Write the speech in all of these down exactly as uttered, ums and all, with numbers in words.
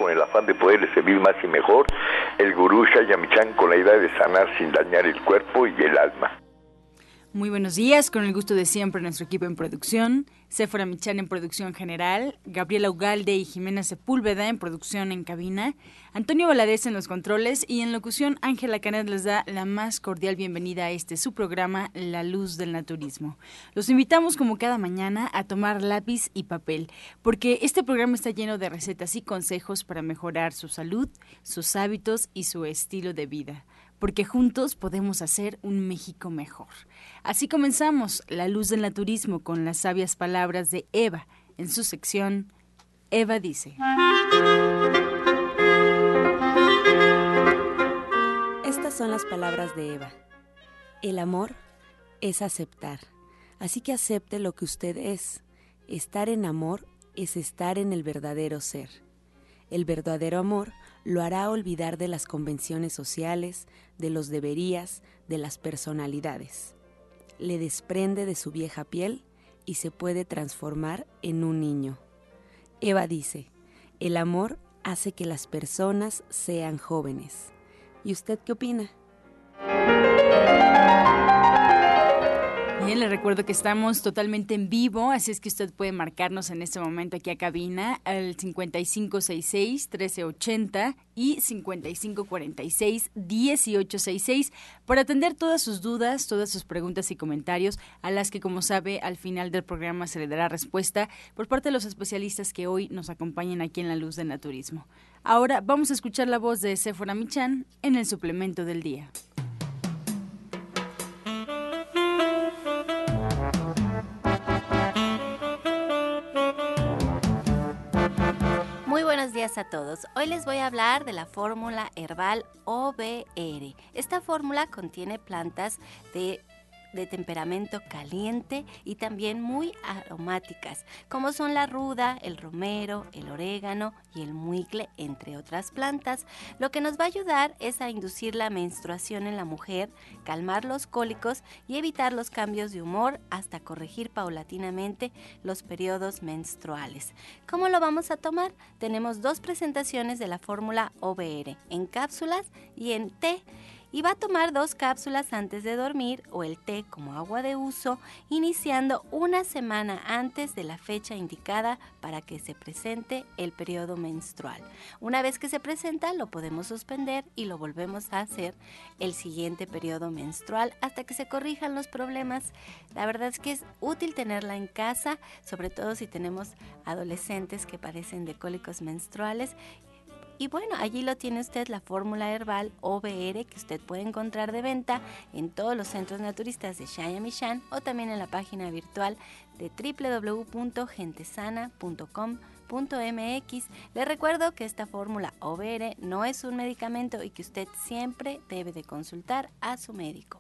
con el afán de poderles servir más y mejor, el gurú Shayamichan con la idea de sanar sin dañar el cuerpo y el alma. Muy buenos días, con el gusto de siempre nuestro equipo en producción, Séfora Michan en producción general, Gabriela Ugalde y Jimena Sepúlveda en producción en cabina, Antonio Valadez en los controles y en locución Ángela Canet les da la más cordial bienvenida a este su programa La Luz del Naturismo. Los invitamos como cada mañana a tomar lápiz y papel, porque este programa está lleno de recetas y consejos para mejorar su salud, sus hábitos y su estilo de vida. Porque juntos podemos hacer un México mejor. Así comenzamos La Luz del Naturismo con las sabias palabras de Eva en su sección Eva dice. Estas son las palabras de Eva. El amor es aceptar, así que acepte lo que usted es. Estar en amor es estar en el verdadero ser. El verdadero amor lo hará olvidar de las convenciones sociales, de los deberías, de las personalidades. Le desprende de su vieja piel y se puede transformar en un niño. Eva dice, el amor hace que las personas sean jóvenes. ¿Y usted qué opina? Bien, le recuerdo que estamos totalmente en vivo, así es que usted puede marcarnos en este momento aquí a cabina al cincuenta y cinco sesenta y seis, trece ochenta y cincuenta y cinco cuarenta y seis, dieciocho sesenta y seis para atender todas sus dudas, todas sus preguntas y comentarios, a las que, como sabe, al final del programa se le dará respuesta por parte de los especialistas que hoy nos acompañan aquí en La Luz del Naturismo. Ahora vamos a escuchar la voz de Séfora Michan en el suplemento del día. Muy buenos días a todos. Hoy les voy a hablar de la fórmula herbal O B R. Esta fórmula contiene plantas de de temperamento caliente y también muy aromáticas, como son la ruda, el romero, el orégano y el muicle, entre otras plantas. Lo que nos va a ayudar es a inducir la menstruación en la mujer, calmar los cólicos y evitar los cambios de humor hasta corregir paulatinamente los periodos menstruales. ¿Cómo lo vamos a tomar? Tenemos dos presentaciones de la fórmula O B R, en cápsulas y en té. Y va a tomar dos cápsulas antes de dormir o el té como agua de uso, iniciando una semana antes de la fecha indicada para que se presente el periodo menstrual. Una vez que se presenta, lo podemos suspender y lo volvemos a hacer el siguiente periodo menstrual hasta que se corrijan los problemas. La verdad es que es útil tenerla en casa, sobre todo si tenemos adolescentes que padecen de cólicos menstruales. Y bueno, allí lo tiene usted, la fórmula herbal O B R, que usted puede encontrar de venta en todos los centros naturistas de Shayamichan o también en la página virtual de doble u doble u doble u punto gentesana punto com punto m x. Le recuerdo que esta fórmula O B R no es un medicamento y que usted siempre debe de consultar a su médico.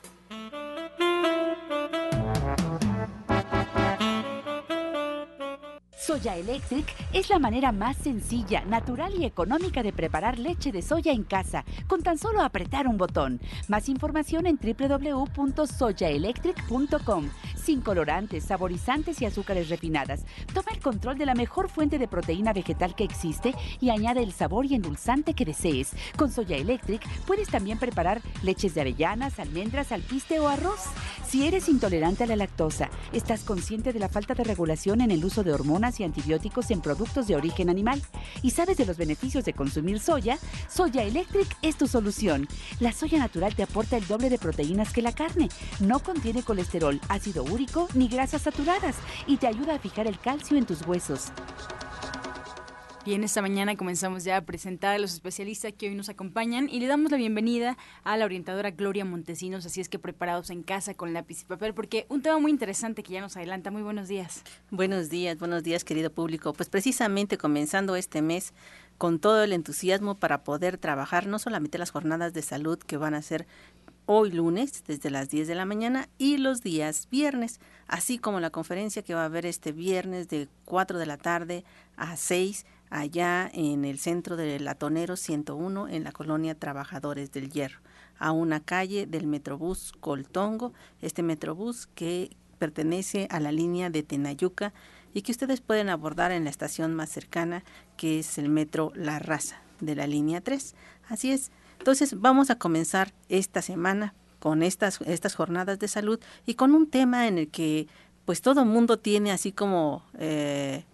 Soya Electric es la manera más sencilla, natural y económica de preparar leche de soya en casa, con tan solo apretar un botón. Más información en doble u doble u doble u punto soya electric punto com. Sin colorantes, saborizantes y azúcares refinadas. Toma el control de la mejor fuente de proteína vegetal que existe y añade el sabor y endulzante que desees. Con Soya Electric puedes también preparar leches de avellanas, almendras, alpiste o arroz. Si eres intolerante a la lactosa, estás consciente de la falta de regulación en el uso de hormonas y antibióticos en productos de origen animal y sabes de los beneficios de consumir soya, Soya Electric es tu solución. La soya natural te aporta el doble de proteínas que la carne, no contiene colesterol, ácido úrico ni grasas saturadas y te ayuda a fijar el calcio en tus huesos. Bien, esta mañana comenzamos ya a presentar a los especialistas que hoy nos acompañan y le damos la bienvenida a la orientadora Gloria Montesinos, así es que preparados en casa con lápiz y papel, porque un tema muy interesante que ya nos adelanta. Muy buenos días. Buenos días, buenos días, querido público. Pues precisamente comenzando este mes con todo el entusiasmo para poder trabajar no solamente las jornadas de salud que van a ser hoy lunes desde las diez de la mañana y los días viernes, así como la conferencia que va a haber este viernes de cuatro de la tarde a seis allá en el centro de Latonero ciento uno en la colonia Trabajadores del Hierro, a una calle del Metrobús Coltongo, este Metrobús que pertenece a la línea de Tenayuca y que ustedes pueden abordar en la estación más cercana, que es el metro La Raza de la línea tres. Así es. Entonces vamos a comenzar esta semana con estas, estas jornadas de salud y con un tema en el que pues todo el mundo tiene así como eh,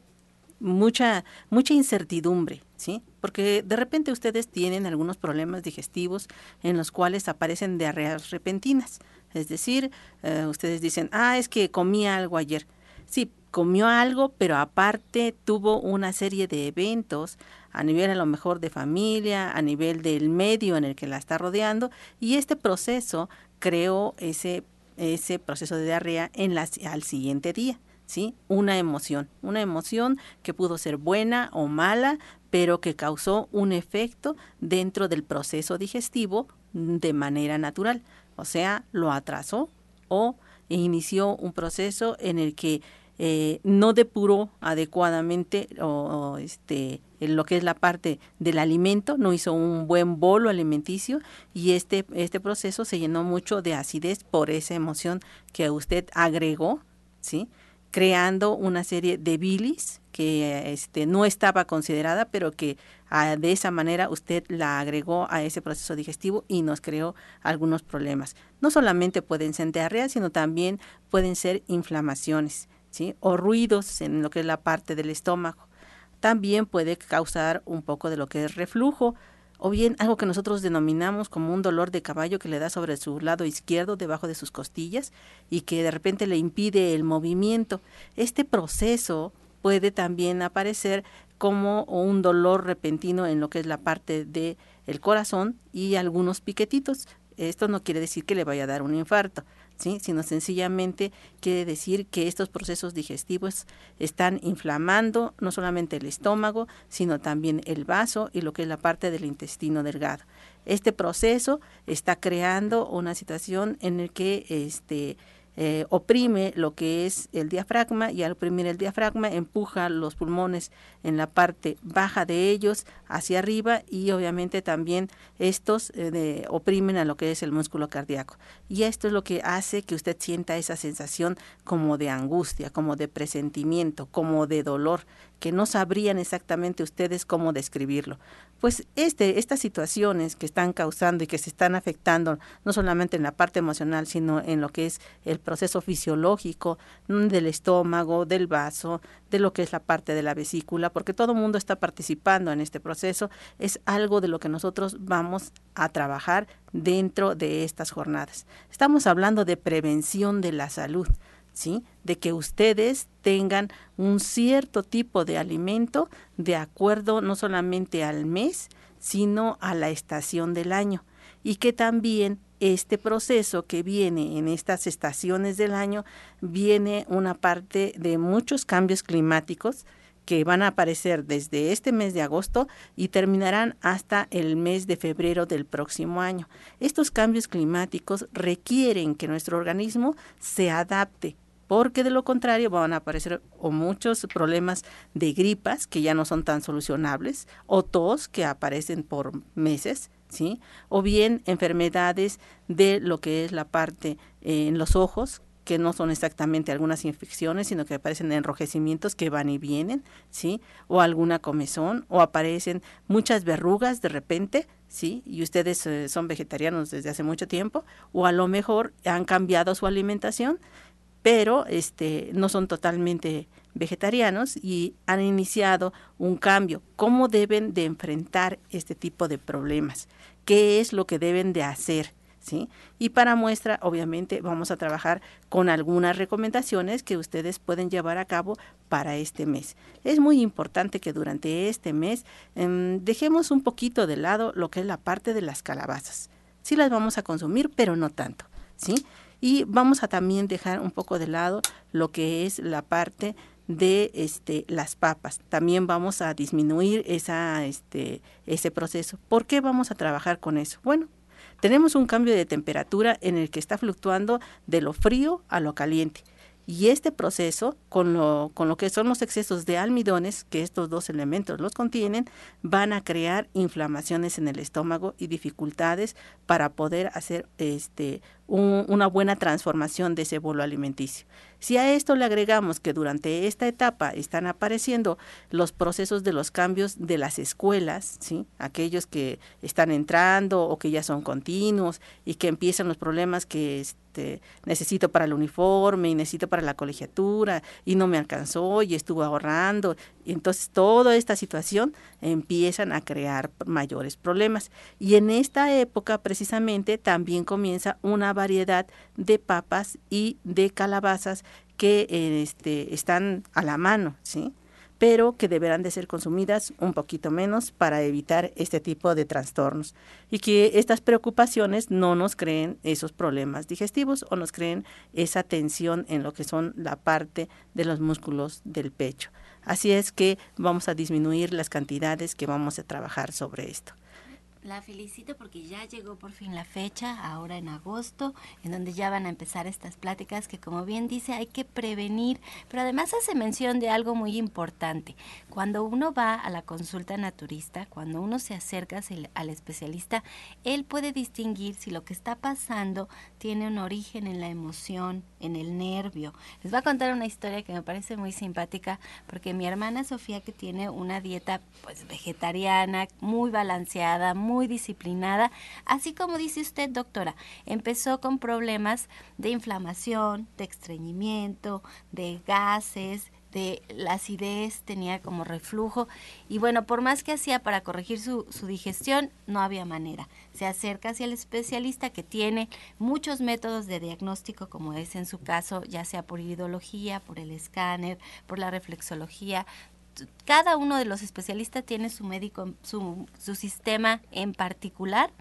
mucha, mucha incertidumbre, ¿sí? Porque de repente ustedes tienen algunos problemas digestivos en los cuales aparecen diarreas repentinas. Es decir, eh, ustedes dicen, ah, es que comí algo ayer. Sí, comió algo, pero aparte tuvo una serie de eventos a nivel a lo mejor de familia, a nivel del medio en el que la está rodeando, y este proceso creó ese, ese proceso de diarrea en la, al siguiente día, ¿sí? Una emoción, una emoción que pudo ser buena o mala, pero que causó un efecto dentro del proceso digestivo de manera natural. O sea, lo atrasó o inició un proceso en el que eh, no depuró adecuadamente o, o este, en lo que es la parte del alimento, no hizo un buen bolo alimenticio y este, este proceso se llenó mucho de acidez por esa emoción que usted agregó, ¿sí? Creando una serie de bilis que este, no estaba considerada, pero que a, de esa manera usted la agregó a ese proceso digestivo y nos creó algunos problemas. No solamente pueden ser diarreas, sino también pueden ser inflamaciones, ¿sí? O ruidos en lo que es la parte del estómago. También puede causar un poco de lo que es reflujo, o bien algo que nosotros denominamos como un dolor de caballo que le da sobre su lado izquierdo, debajo de sus costillas, y que de repente le impide el movimiento. Este proceso puede también aparecer como un dolor repentino en lo que es la parte del corazón y algunos piquetitos. Esto no quiere decir que le vaya a dar un infarto, ¿sí? Sino sencillamente quiere decir que estos procesos digestivos están inflamando no solamente el estómago, sino también el vaso y lo que es la parte del intestino delgado. Este proceso está creando una situación en la que este, eh, oprime lo que es el diafragma, y al oprimir el diafragma empuja los pulmones en la parte baja de ellos hacia arriba, y obviamente también estos eh, de, oprimen a lo que es el músculo cardíaco. Y esto es lo que hace que usted sienta esa sensación como de angustia, como de presentimiento, como de dolor, que no sabrían exactamente ustedes cómo describirlo. Pues este, estas situaciones que están causando y que se están afectando no solamente en la parte emocional, sino en lo que es el proceso fisiológico del estómago, del vaso, de lo que es la parte de la vesícula, porque todo el mundo está participando en este proceso, es algo de lo que nosotros vamos a trabajar dentro de estas jornadas. Estamos hablando de prevención de la salud, ¿sí? De que ustedes tengan un cierto tipo de alimento de acuerdo no solamente al mes, sino a la estación del año, y que también este proceso que viene en estas estaciones del año viene una parte de muchos cambios climáticos que van a aparecer desde este mes de agosto y terminarán hasta el mes de febrero del próximo año. Estos cambios climáticos requieren que nuestro organismo se adapte, porque de lo contrario van a aparecer o muchos problemas de gripas que ya no son tan solucionables, o tos que aparecen por meses, ¿sí? O bien enfermedades de lo que es la parte eh, en los ojos, que no son exactamente algunas infecciones, sino que aparecen enrojecimientos que van y vienen, ¿sí? O alguna comezón, o aparecen muchas verrugas de repente, ¿sí? Y ustedes eh, son vegetarianos desde hace mucho tiempo, o a lo mejor han cambiado su alimentación, pero este no son totalmente vegetarianos y han iniciado un cambio. ¿Cómo deben de enfrentar este tipo de problemas? ¿Qué es lo que deben de hacer? ¿Sí? Y para muestra, obviamente, vamos a trabajar con algunas recomendaciones que ustedes pueden llevar a cabo para este mes. Es muy importante que durante este mes eh, dejemos un poquito de lado lo que es la parte de las calabazas. Sí las vamos a consumir, pero no tanto, ¿sí? Y vamos a también dejar un poco de lado lo que es la parte de este las papas. También vamos a disminuir esa este ese proceso. ¿Por qué vamos a trabajar con eso? Bueno, tenemos un cambio de temperatura en el que está fluctuando de lo frío a lo caliente. Y este proceso, con lo, con lo que son los excesos de almidones, que estos dos elementos los contienen, van a crear inflamaciones en el estómago y dificultades para poder hacer este un, una buena transformación de ese bolo alimenticio. Si a esto le agregamos que durante esta etapa están apareciendo los procesos de los cambios de las escuelas, ¿sí? Aquellos que están entrando o que ya son continuos y que empiezan los problemas que este, necesito para el uniforme y necesito para la colegiatura y no me alcanzó y estuvo ahorrando. Y entonces toda esta situación empiezan a crear mayores problemas. Y en esta época precisamente también comienza una variedad de papas y de calabazas que eh, este, están a la mano, ¿sí? Pero que deberán de ser consumidas un poquito menos para evitar este tipo de trastornos y que estas preocupaciones no nos creen esos problemas digestivos o nos creen esa tensión en lo que son la parte de los músculos del pecho. Así es que vamos a disminuir las cantidades que vamos a trabajar sobre esto. La felicito porque ya llegó por fin la fecha, ahora en agosto, en donde ya van a empezar estas pláticas que, como bien dice, hay que prevenir, pero además hace mención de algo muy importante. Cuando uno va a la consulta naturista, cuando uno se acerca al especialista, él puede distinguir si lo que está pasando tiene un origen en la emoción, en el nervio. Les voy a contar una historia que me parece muy simpática, porque mi hermana Sofía, que tiene una dieta pues vegetariana, muy balanceada, muy muy disciplinada, así como dice usted, doctora, empezó con problemas de inflamación, de estreñimiento, de gases, de la acidez, tenía como reflujo, y bueno, por más que hacía para corregir su, su digestión, no había manera. Se acerca hacia el especialista que tiene muchos métodos de diagnóstico, como es en su caso, ya sea por iridología, por el escáner, por la reflexología. Cada uno de los especialistas tiene su médico, su, su sistema en particular,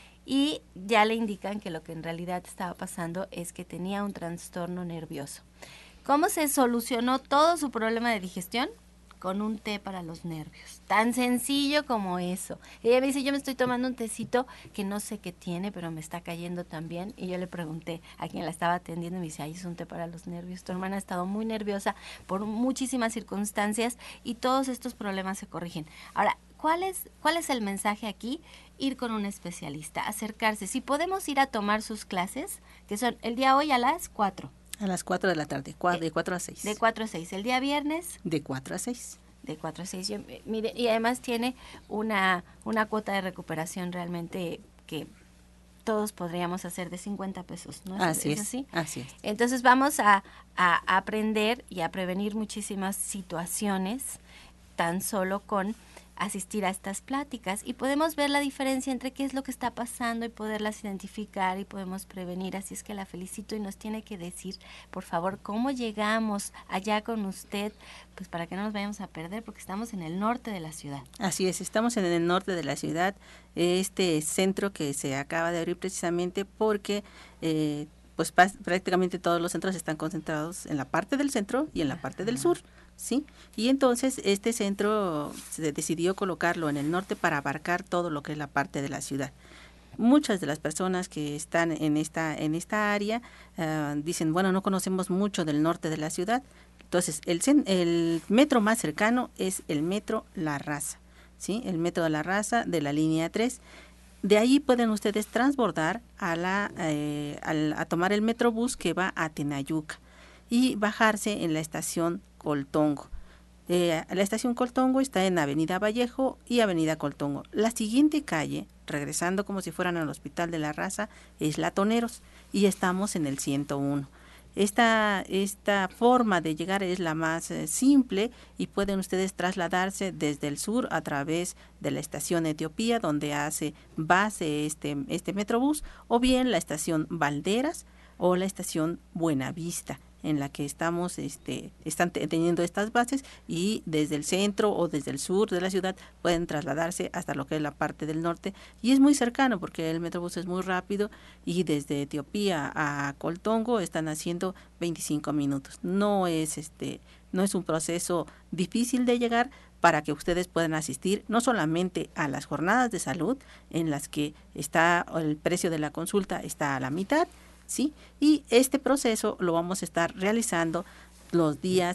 y ya le indican que lo que en realidad estaba pasando es que tenía un trastorno nervioso. ¿Cómo se solucionó todo su problema de digestión? Con un té para los nervios, tan sencillo como eso. Ella me dice, yo me estoy tomando un tecito que no sé qué tiene, pero me está cayendo tan bien. Y yo le pregunté a quien la estaba atendiendo y me dice, ay, es un té para los nervios. Tu hermana ha estado muy nerviosa por muchísimas circunstancias y todos estos problemas se corrigen. Ahora, ¿cuál es, cuál es el mensaje aquí? Ir con un especialista, acercarse. Si podemos ir a tomar sus clases, que son el día hoy a las cuatro. A las cuatro de la tarde, de cuatro a seis. De cuatro a seis. El día viernes. De cuatro a seis. De cuatro a seis. Yo, mire, y además tiene una, una cuota de recuperación realmente que todos podríamos hacer de cincuenta pesos, ¿no? Así ¿Es, es, así? así es. Entonces vamos a, a aprender y a prevenir muchísimas situaciones tan solo con asistir a estas pláticas, y podemos ver la diferencia entre qué es lo que está pasando y poderlas identificar y podemos prevenir. Así es que la felicito y nos tiene que decir, por favor, cómo llegamos allá con usted, pues para que no nos vayamos a perder, porque estamos en el norte de la ciudad. Así es, estamos en el norte de la ciudad, este centro que se acaba de abrir precisamente porque eh, pues prácticamente todos los centros están concentrados en la parte del centro y en la parte del sur. ¿Sí? Y entonces este centro se decidió colocarlo en el norte para abarcar todo lo que es la parte de la ciudad. Muchas de las personas que están en esta en esta área uh, dicen, bueno, no conocemos mucho del norte de la ciudad. Entonces, el, el metro más cercano es el metro La Raza, ¿sí? El metro de La Raza de la línea tres. De ahí pueden ustedes transbordar a, la, eh, al, a tomar el metrobús que va a Tenayuca y bajarse en la estación Coltongo. Eh, la estación Coltongo está en Avenida Vallejo y Avenida Coltongo. La siguiente calle, regresando como si fueran al Hospital de la Raza, es Latoneros y estamos en el ciento uno. Esta, esta forma de llegar es la más eh, simple y pueden ustedes trasladarse desde el sur a través de la estación Etiopía, donde hace base este, este metrobús, o bien la estación Valderas o la estación Buenavista, en la que estamos, este, están te- teniendo estas bases, y desde el centro o desde el sur de la ciudad pueden trasladarse hasta lo que es la parte del norte, y es muy cercano porque el metrobús es muy rápido, y desde Etiopía a Coltongo están haciendo veinticinco minutos. No es este, no es un proceso difícil de llegar para que ustedes puedan asistir no solamente a las jornadas de salud en las que está el precio de la consulta está a la mitad, ¿sí? Y este proceso lo vamos a estar realizando los días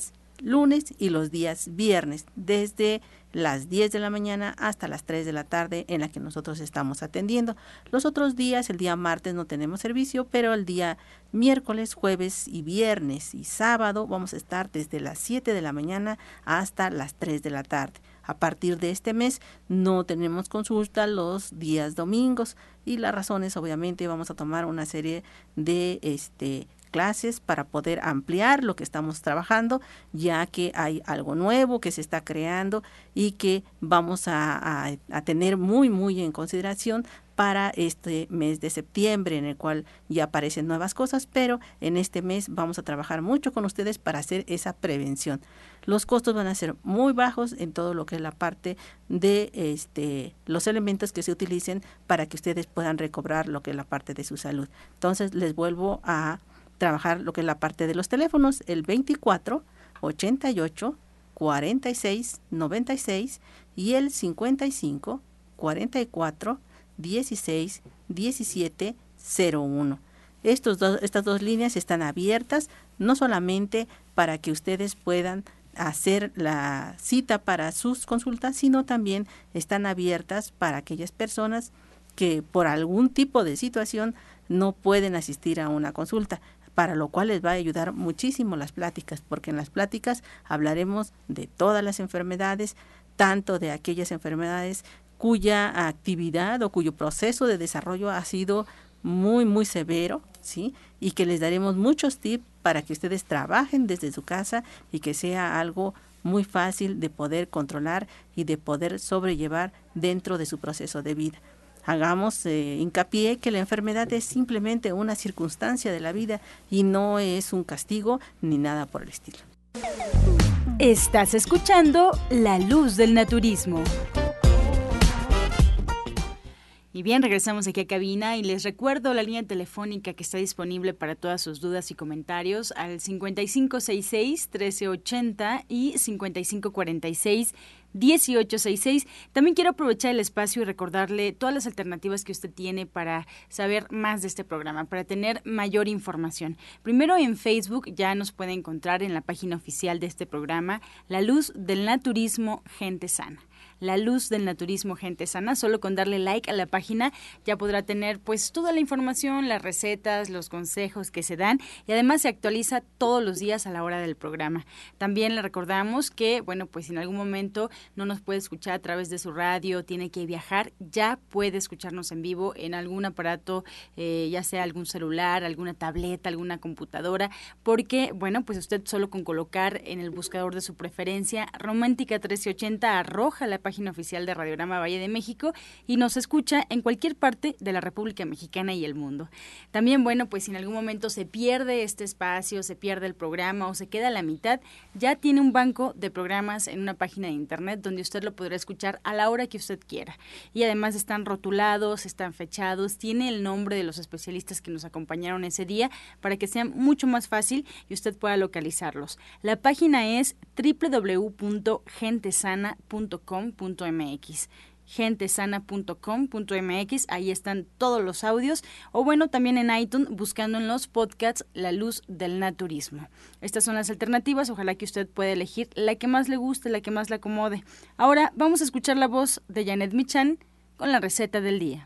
lunes y los días viernes, desde las diez de la mañana hasta las tres de la tarde en la que nosotros estamos atendiendo. Los otros días, el día martes no tenemos servicio, pero el día miércoles, jueves y viernes y sábado vamos a estar desde las siete de la mañana hasta las tres de la tarde. A partir de este mes no tenemos consulta los días domingos y la razón es, obviamente, vamos a tomar una serie de este clases para poder ampliar lo que estamos trabajando, ya que hay algo nuevo que se está creando y que vamos a, a, a tener muy muy en consideración para este mes de septiembre, en el cual ya aparecen nuevas cosas, pero en este mes vamos a trabajar mucho con ustedes para hacer esa prevención. Los costos van a ser muy bajos en todo lo que es la parte de este los elementos que se utilicen para que ustedes puedan recobrar lo que es la parte de su salud. Entonces les vuelvo a trabajar lo que es la parte de los teléfonos, el veinticuatro, ochenta y ocho, cuarenta y seis, noventa y seis y el cincuenta y cinco, cuarenta y cuatro, dieciséis, diecisiete, cero uno. Estos dos, estas dos líneas están abiertas no solamente para que ustedes puedan hacer la cita para sus consultas, sino también están abiertas para aquellas personas que por algún tipo de situación no pueden asistir a una consulta, para lo cual les va a ayudar muchísimo las pláticas, porque en las pláticas hablaremos de todas las enfermedades, tanto de aquellas enfermedades cuya actividad o cuyo proceso de desarrollo ha sido muy, muy severo, ¿sí? Y que les daremos muchos tips para que ustedes trabajen desde su casa y que sea algo muy fácil de poder controlar y de poder sobrellevar dentro de su proceso de vida. Hagamos eh, hincapié que la enfermedad es simplemente una circunstancia de la vida y no es un castigo ni nada por el estilo. Estás escuchando La Luz del Naturismo. Y bien, regresamos aquí a cabina y les recuerdo la línea telefónica que está disponible para todas sus dudas y comentarios al cincuenta y cinco sesenta y seis, trece ochenta y cincuenta y cinco cuarenta y seis, dieciocho sesenta y seis. También quiero aprovechar el espacio y recordarle todas las alternativas que usted tiene para saber más de este programa, para tener mayor información. Primero, en Facebook ya nos puede encontrar en la página oficial de este programa, La Luz del Naturismo Gente Sana. La Luz del Naturismo Gente Sana. Solo con darle like a la página ya podrá tener pues toda la información, las recetas, los consejos que se dan y además se actualiza todos los días a la hora del programa. También le recordamos que, bueno, pues si en algún momento no nos puede escuchar a través de su radio, tiene que viajar, ya puede escucharnos en vivo en algún aparato, eh, ya sea algún celular, alguna tableta, alguna computadora, porque, bueno, pues usted solo con colocar en el buscador de su preferencia Romántica trece ochenta arroja la página oficial de Radiograma Valle de México y nos escucha en cualquier parte de la República Mexicana y el mundo. También, bueno, pues si en algún momento se pierde este espacio, se pierde el programa o se queda a la mitad, ya tiene un banco de programas en una página de internet donde usted lo podrá escuchar a la hora que usted quiera. Y además están rotulados, están fechados, tiene el nombre de los especialistas que nos acompañaron ese día para que sea mucho más fácil y usted pueda localizarlos. La página es doble u doble u doble u punto gentesana punto com punto m x. gentesana punto com punto m x, ahí están todos los audios, o bueno, también en iTunes, buscando en los podcasts La Luz del Naturismo. Estas son las alternativas, ojalá que usted pueda elegir la que más le guste, la que más le acomode. Ahora vamos a escuchar la voz de Janet Michan con la receta del día.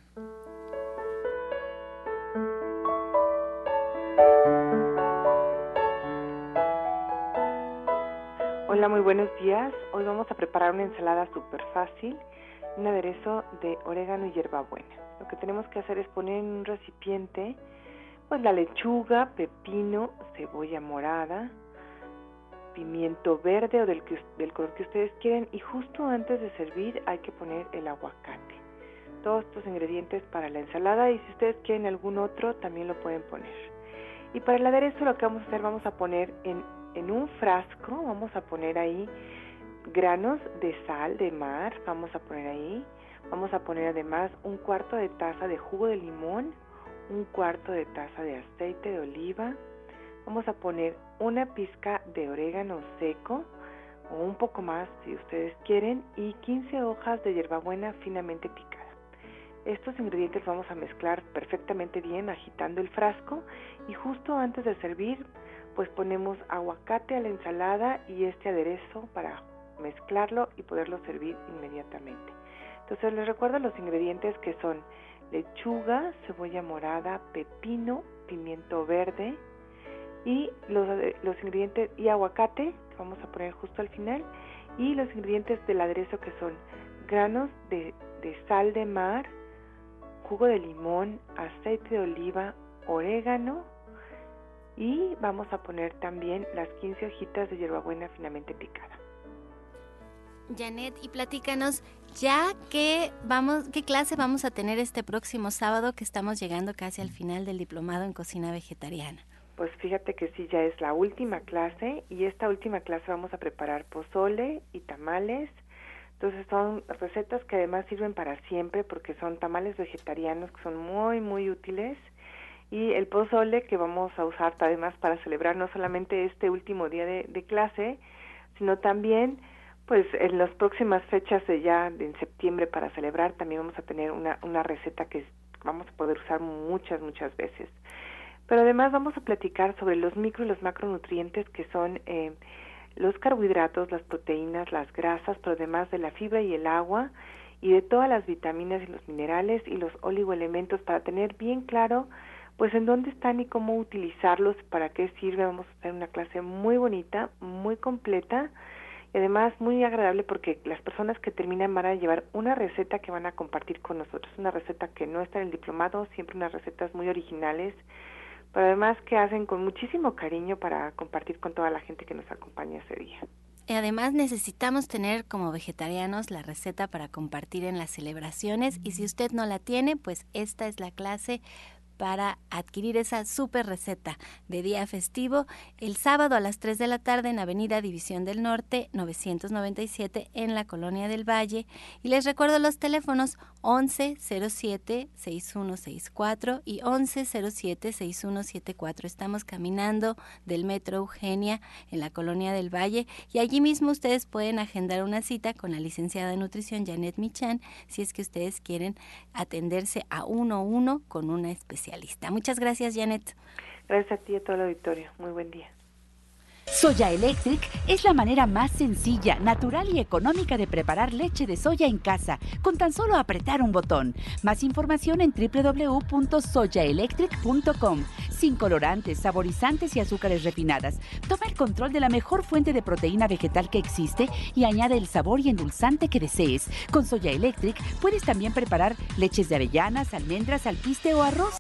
Hola, muy buenos días. Hoy vamos a preparar una ensalada súper fácil, un aderezo de orégano y hierbabuena. Lo que tenemos que hacer es poner en un recipiente pues la lechuga, pepino, cebolla morada, pimiento verde o del, que, del color que ustedes quieren, y justo antes de servir hay que poner el aguacate. Todos estos ingredientes para la ensalada, y si ustedes quieren algún otro también lo pueden poner. Y para el aderezo lo que vamos a hacer, vamos a poner en, en un frasco, vamos a poner ahí granos de sal de mar, vamos a poner ahí, vamos a poner además un cuarto de taza de jugo de limón, un cuarto de taza de aceite de oliva, vamos a poner una pizca de orégano seco, o un poco más si ustedes quieren, y quince hojas de hierbabuena finamente picada. Estos ingredientes vamos a mezclar perfectamente bien agitando el frasco, y justo antes de servir pues ponemos aguacate a la ensalada y este aderezo para mezclarlo y poderlo servir inmediatamente. Entonces les recuerdo los ingredientes, que son lechuga, cebolla morada, pepino, pimiento verde y los, los ingredientes y aguacate, que vamos a poner justo al final, y los ingredientes del aderezo, que son granos de, de sal de mar, jugo de limón, aceite de oliva, orégano, y vamos a poner también las quince hojitas de hierbabuena finamente picada. Janet, y platícanos ya qué vamos, qué clase vamos a tener este próximo sábado, que estamos llegando casi al final del diplomado en cocina vegetariana. Pues fíjate que sí, ya es la última clase, y esta última clase vamos a preparar pozole y tamales. Entonces son recetas que además sirven para siempre, porque son tamales vegetarianos que son muy muy útiles, y el pozole que vamos a usar además para celebrar no solamente este último día de, de clase, sino también pues en las próximas fechas de ya de en septiembre para celebrar. También vamos a tener una, una receta que vamos a poder usar muchas, muchas veces. Pero además vamos a platicar sobre los micro y los macronutrientes, que son eh, los carbohidratos, las proteínas, las grasas, pero además de la fibra y el agua, y de todas las vitaminas y los minerales y los oligoelementos, para tener bien claro pues en dónde están y cómo utilizarlos, para qué sirve. Vamos a hacer una clase muy bonita, muy completa, y además muy agradable, porque las personas que terminan van a llevar una receta que van a compartir con nosotros, una receta que no está en el diplomado, siempre unas recetas muy originales, pero además que hacen con muchísimo cariño para compartir con toda la gente que nos acompaña ese día. Y además necesitamos tener como vegetarianos la receta para compartir en las celebraciones, y si usted no la tiene, pues esta es la clase para adquirir esa súper receta de día festivo, el sábado a las tres de la tarde en Avenida División del Norte, novecientos noventa y siete, en la Colonia del Valle. Y les recuerdo los teléfonos once cero siete sesenta y uno sesenta y cuatro y once cero siete sesenta y uno setenta y cuatro. Estamos caminando del Metro Eugenia en la Colonia del Valle, y allí mismo ustedes pueden agendar una cita con la licenciada de nutrición Janet Michan, si es que ustedes quieren atenderse a uno a uno con una especialista. Muchas gracias, Janet. Gracias a ti y a todo el auditorio. Muy buen día. Soya Electric es la manera más sencilla, natural y económica de preparar leche de soya en casa, con tan solo apretar un botón. Más información en doble u doble u doble u punto soya electric punto com. Sin colorantes, saborizantes y azúcares refinadas. Toma el control de la mejor fuente de proteína vegetal que existe y añade el sabor y endulzante que desees. Con Soya Electric puedes también preparar leches de avellanas, almendras, alpiste o arroz.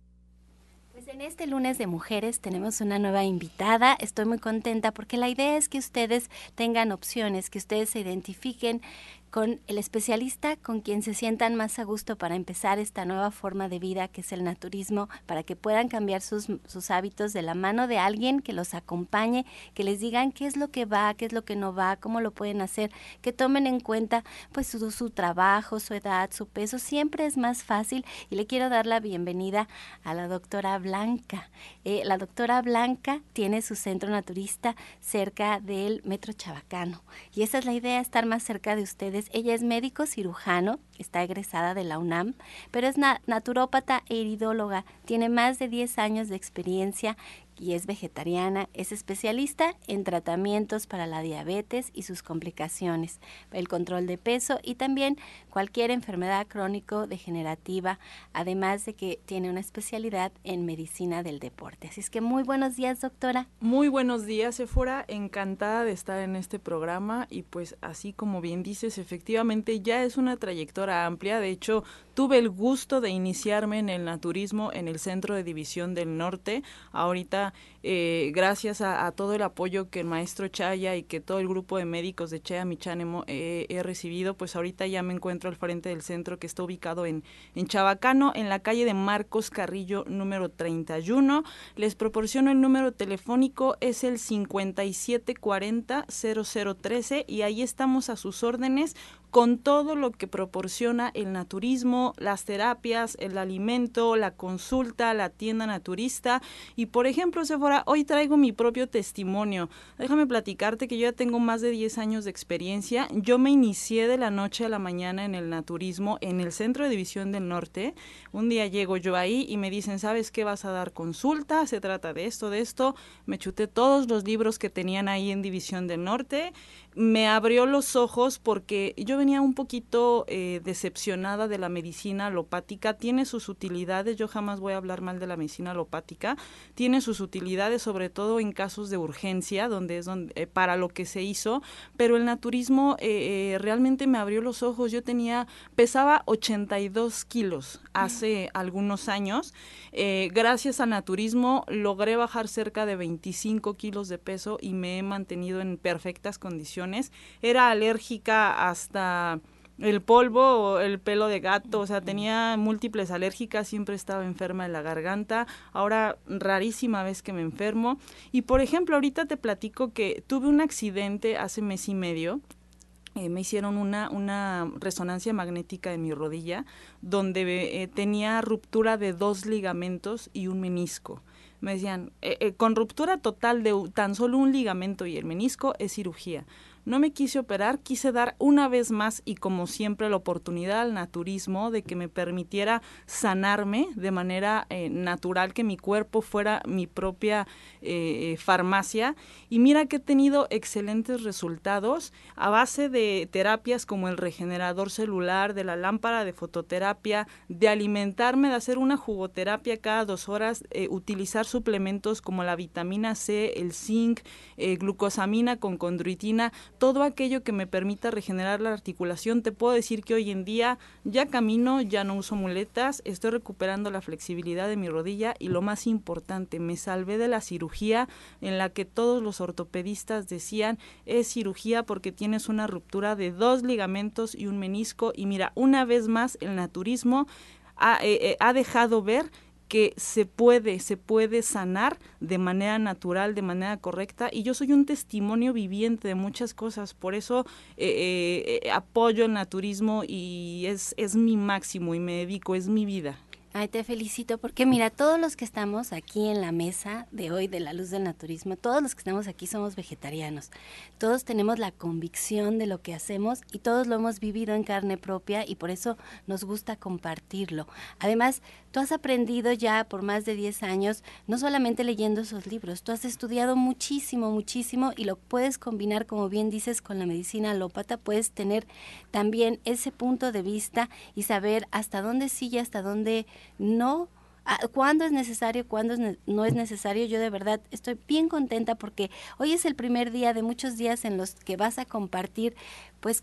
En este lunes de mujeres tenemos una nueva invitada. Estoy muy contenta porque la idea es que ustedes tengan opciones, que ustedes se identifiquen con el especialista con quien se sientan más a gusto para empezar esta nueva forma de vida que es el naturismo, para que puedan cambiar sus, sus hábitos de la mano de alguien que los acompañe, que les digan qué es lo que va, qué es lo que no va, cómo lo pueden hacer, que tomen en cuenta pues su, su trabajo, su edad, su peso. Siempre es más fácil, y le quiero dar la bienvenida a la doctora Blanca. Eh, la doctora Blanca tiene su centro naturista cerca del Metro Chabacano, y esa es la idea, estar más cerca de ustedes. Ella es médico cirujano, está egresada de la UNAM, pero es na- naturópata e iridóloga, tiene más de diez años de experiencia y es vegetariana, es especialista en tratamientos para la diabetes y sus complicaciones, el control de peso y también cualquier enfermedad crónico-degenerativa, además de que tiene una especialidad en medicina del deporte. Así es que muy buenos días, doctora. Muy buenos días, Séfora, encantada de estar en este programa, y pues así como bien dices, efectivamente ya es una trayectoria amplia. De hecho, tuve el gusto de iniciarme en el naturismo en el Centro de División del Norte. Ahorita, eh, gracias a, a todo el apoyo que el maestro Chaya y que todo el grupo de médicos de Chaya Michan hemos, eh, he recibido, pues ahorita ya me encuentro al frente del centro, que está ubicado en, en Chabacano, en la calle de Marcos Carrillo, número treinta y uno. Les proporciono el número telefónico, es el cincuenta y siete cuarenta cero cero trece, y ahí estamos a sus órdenes con todo lo que proporciona el naturismo, las terapias, el alimento, la consulta, la tienda naturista. Y por ejemplo, Séfora, Sefora, hoy traigo mi propio testimonio. Déjame platicarte que yo ya tengo más de diez años de experiencia. Yo me inicié de la noche a la mañana en el naturismo en el Centro de División del Norte. Un día llego yo ahí y me dicen, ¿sabes qué? Vas a dar consulta, se trata de esto, de esto. Me chuté todos los libros que tenían ahí en División del Norte. Me abrió los ojos porque yo venía un poquito eh, decepcionada de la medicina alopática. Tiene sus utilidades, yo jamás voy a hablar mal de la medicina alopática, tiene sus utilidades sobre todo en casos de urgencia, donde es donde, eh, para lo que se hizo, pero el naturismo eh, eh, realmente me abrió los ojos. Yo tenía, pesaba ochenta y dos kilos hace mm. algunos años. Eh, gracias al naturismo logré bajar cerca de veinticinco kilos de peso y me he mantenido en perfectas condiciones. Era alérgica hasta el polvo o el pelo de gato, o sea, tenía múltiples alérgicas, siempre estaba enferma de la garganta, ahora rarísima vez que me enfermo. Y por ejemplo, ahorita te platico que tuve un accidente hace mes y medio. Eh, me hicieron una, una resonancia magnética de mi rodilla donde eh, tenía ruptura de dos ligamentos y un menisco. Me decían, eh, eh, con ruptura total de tan solo un ligamento y el menisco es cirugía. No me quise operar, quise dar una vez más y como siempre la oportunidad al naturismo de que me permitiera sanarme de manera eh, natural, que mi cuerpo fuera mi propia eh, farmacia. Y mira que he tenido excelentes resultados a base de terapias como el regenerador celular, de la lámpara de fototerapia, de alimentarme, de hacer una jugoterapia cada dos horas, eh, utilizar suplementos como la vitamina C, el zinc, eh, glucosamina con condroitina, todo aquello que me permita regenerar la articulación. Te puedo decir que hoy en día ya camino, ya no uso muletas, estoy recuperando la flexibilidad de mi rodilla y lo más importante, me salvé de la cirugía en la que todos los ortopedistas decían es cirugía porque tienes una ruptura de dos ligamentos y un menisco. Y mira, una vez más el naturismo ha, eh, eh, ha dejado ver que se puede, se puede sanar de manera natural, de manera correcta, y yo soy un testimonio viviente de muchas cosas, por eso eh, eh, apoyo el naturismo y es, es mi máximo y me dedico, es mi vida. Ay, te felicito porque mira, todos los que estamos aquí en la mesa de hoy de la luz del naturismo, todos los que estamos aquí somos vegetarianos, todos tenemos la convicción de lo que hacemos y todos lo hemos vivido en carne propia y por eso nos gusta compartirlo. Además, tú has aprendido ya por más de diez años, no solamente leyendo esos libros, tú has estudiado muchísimo, muchísimo y lo puedes combinar, como bien dices, con la medicina alópata, puedes tener también ese punto de vista y saber hasta dónde sí y hasta dónde no, cuándo es necesario, cuándo es ne- no es necesario. Yo de verdad estoy bien contenta porque hoy es el primer día de muchos días en los que vas a compartir pues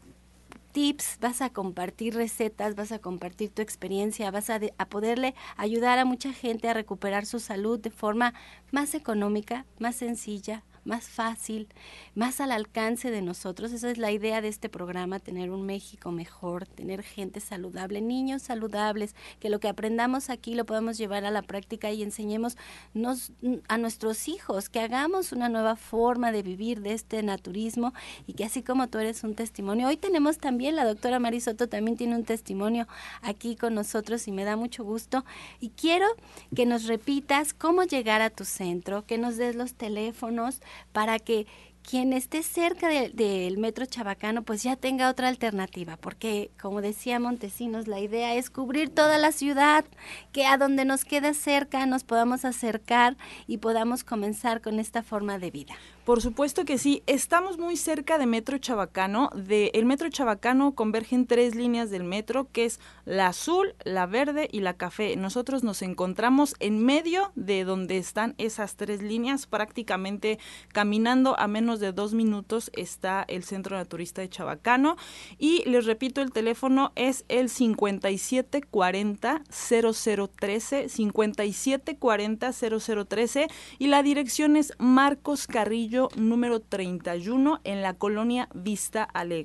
tips, vas a compartir recetas, vas a compartir tu experiencia, vas a, de, a poderle ayudar a mucha gente a recuperar su salud de forma más económica, más sencilla, más fácil, más al alcance de nosotros. Esa es la idea de este programa, tener un México mejor, tener gente saludable, niños saludables, que lo que aprendamos aquí lo podamos llevar a la práctica y enseñemos nos, a nuestros hijos, que hagamos una nueva forma de vivir de este naturismo y que así como tú eres un testimonio, hoy tenemos también, la doctora Mari Soto también tiene un testimonio aquí con nosotros y me da mucho gusto y quiero que nos repitas cómo llegar a tu centro, que nos des los teléfonos, para que quien esté cerca del de, Metro Chabacano pues ya tenga otra alternativa, porque como decía Montesinos, la idea es cubrir toda la ciudad, que a donde nos quede cerca nos podamos acercar y podamos comenzar con esta forma de vida. Por supuesto que sí, estamos muy cerca de Metro Chabacano. De el Metro Chabacano convergen tres líneas del metro, que es la azul, la verde y la café. Nosotros nos encontramos en medio de donde están esas tres líneas, prácticamente caminando a menos de dos minutos está el Centro Naturista de Chabacano. Y les repito, el teléfono es el cincuenta y siete cuarenta cero cero trece, cincuenta y siete cuarenta cero cero trece y la dirección es Marcos Carrillo número treinta y uno en la colonia Vista Alegre.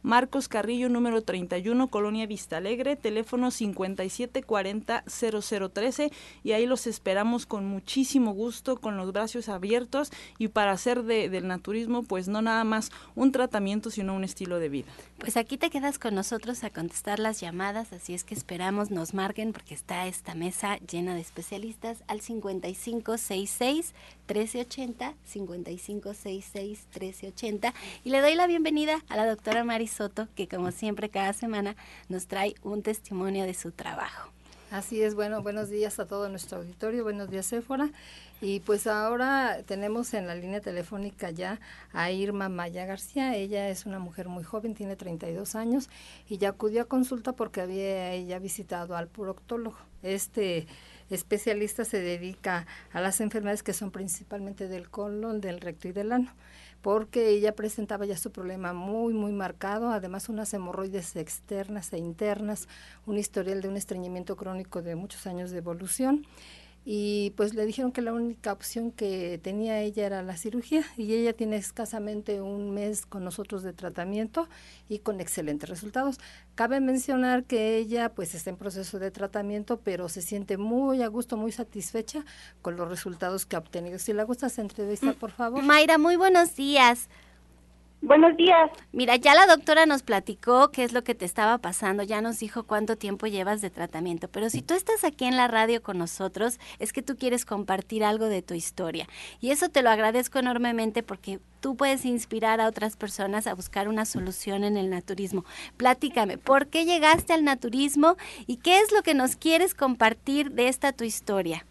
Marcos Carrillo, número treinta y uno, Colonia Vista Alegre, teléfono cincuenta y siete cuarenta cero cero trece, y ahí los esperamos con muchísimo gusto, con los brazos abiertos, y para hacer de, del naturismo pues no nada más un tratamiento, sino un estilo de vida. Pues aquí te quedas con nosotros a contestar las llamadas, así es que esperamos nos marquen porque está esta mesa llena de especialistas al cincuenta y cinco sesenta y seis trece ochenta, cincuenta y cinco sesenta y seis trece ochenta, y le doy la bienvenida a la doctora Mari Soto, que como siempre cada semana nos trae un testimonio de su trabajo. Así es, bueno, buenos días a todo nuestro auditorio, buenos días Séfora, y pues ahora tenemos en la línea telefónica ya a Irma Maya García. Ella es una mujer muy joven, tiene treinta y dos años, y ya acudió a consulta porque había ella visitado al proctólogo. Este especialista se dedica a las enfermedades que son principalmente del colon, del recto y del ano, porque ella presentaba ya su problema muy, muy marcado, además unas hemorroides externas e internas, un historial de un estreñimiento crónico de muchos años de evolución, y pues le dijeron que la única opción que tenía ella era la cirugía, y ella tiene escasamente un mes con nosotros de tratamiento y con excelentes resultados. Cabe mencionar que ella pues está en proceso de tratamiento, pero se siente muy a gusto, muy satisfecha con los resultados que ha obtenido. Si le gusta esa entrevista, por favor. Mayra, muy buenos días. Buenos días. Mira, ya la doctora nos platicó qué es lo que te estaba pasando, ya nos dijo cuánto tiempo llevas de tratamiento, pero si tú estás aquí en la radio con nosotros, es que tú quieres compartir algo de tu historia. Y eso te lo agradezco enormemente porque tú puedes inspirar a otras personas a buscar una solución en el naturismo. Platícame, ¿por qué llegaste al naturismo y qué es lo que nos quieres compartir de esta tu historia?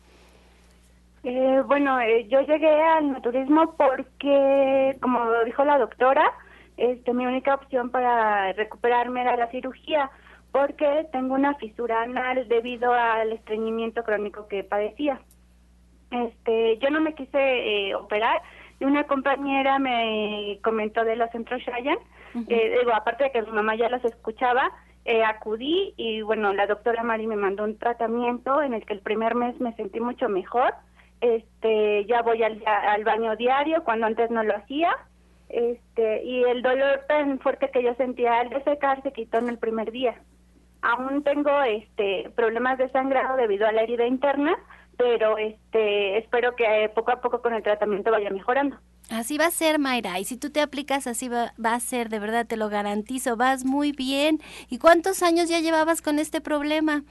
Eh, bueno, eh, yo llegué al naturismo porque, como dijo la doctora, este, mi única opción para recuperarme era la cirugía, porque tengo una fisura anal debido al estreñimiento crónico que padecía. Este, yo no me quise eh, operar, y una compañera me comentó de los centros Shayan. Uh-huh. eh, digo, aparte de que mi mamá ya los escuchaba, eh, acudí y bueno, la doctora Mari me mandó un tratamiento en el que el primer mes me sentí mucho mejor. Este, ya voy al, al baño diario cuando antes no lo hacía, este, y el dolor tan fuerte que yo sentía al defecar se quitó en el primer día. Aún tengo este problemas de sangrado debido a la herida interna, pero este espero que poco a poco con el tratamiento vaya mejorando. Así va a ser, Mayra, y si tú te aplicas así va, va a ser, de verdad te lo garantizo, vas muy bien. ¿Y cuántos años ya llevabas con este problema?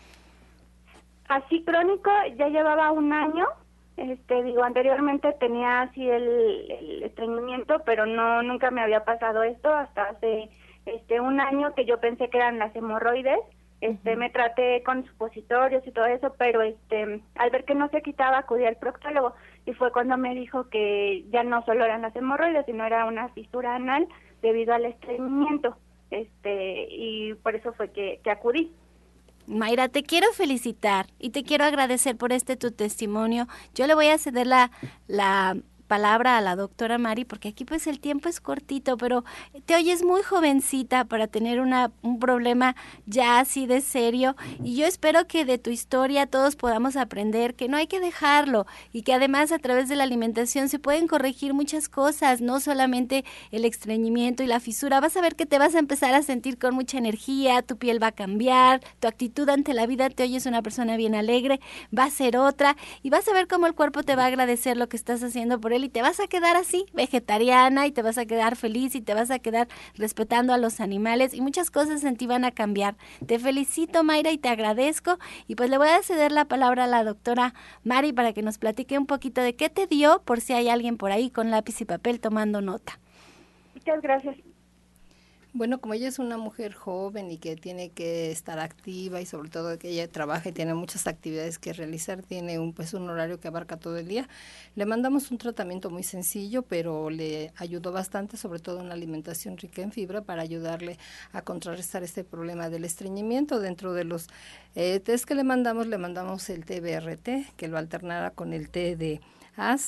Así crónico ya llevaba un año. Este, digo, anteriormente tenía así el, el estreñimiento, pero no, nunca me había pasado esto hasta hace este un año que yo pensé que eran las hemorroides. Este, uh-huh. Me traté con supositorios y todo eso, pero este, al ver que no se quitaba, acudí al proctólogo y fue cuando me dijo que ya no solo eran las hemorroides, sino era una fisura anal debido al estreñimiento, este, y por eso fue que, que acudí. Mayra, te quiero felicitar y te quiero agradecer por este tu testimonio. Yo le voy a ceder la, la palabra a la doctora Mari, porque aquí pues el tiempo es cortito, pero te oyes muy jovencita para tener una, un problema ya así de serio, y yo espero que de tu historia todos podamos aprender que no hay que dejarlo, y que además a través de la alimentación se pueden corregir muchas cosas, no solamente el estreñimiento y la fisura. Vas a ver que te vas a empezar a sentir con mucha energía, tu piel va a cambiar, tu actitud ante la vida, te oyes una persona bien alegre, va a ser otra, y vas a ver cómo el cuerpo te va a agradecer lo que estás haciendo por él, y te vas a quedar así, vegetariana, y te vas a quedar feliz, y te vas a quedar respetando a los animales, y muchas cosas en ti van a cambiar. Te felicito, Mayra, y te agradezco, y pues le voy a ceder la palabra a la doctora Mari para que nos platique un poquito de qué te dio, por si hay alguien por ahí con lápiz y papel tomando nota. Muchas gracias. Bueno, como ella es una mujer joven y que tiene que estar activa, y sobre todo que ella trabaja y tiene muchas actividades que realizar, tiene un pues un horario que abarca todo el día, le mandamos un tratamiento muy sencillo, pero le ayudó bastante, sobre todo una alimentación rica en fibra para ayudarle a contrarrestar este problema del estreñimiento. Dentro de los eh, test que le mandamos, le mandamos el té B R T, que lo alternara con el té de A S,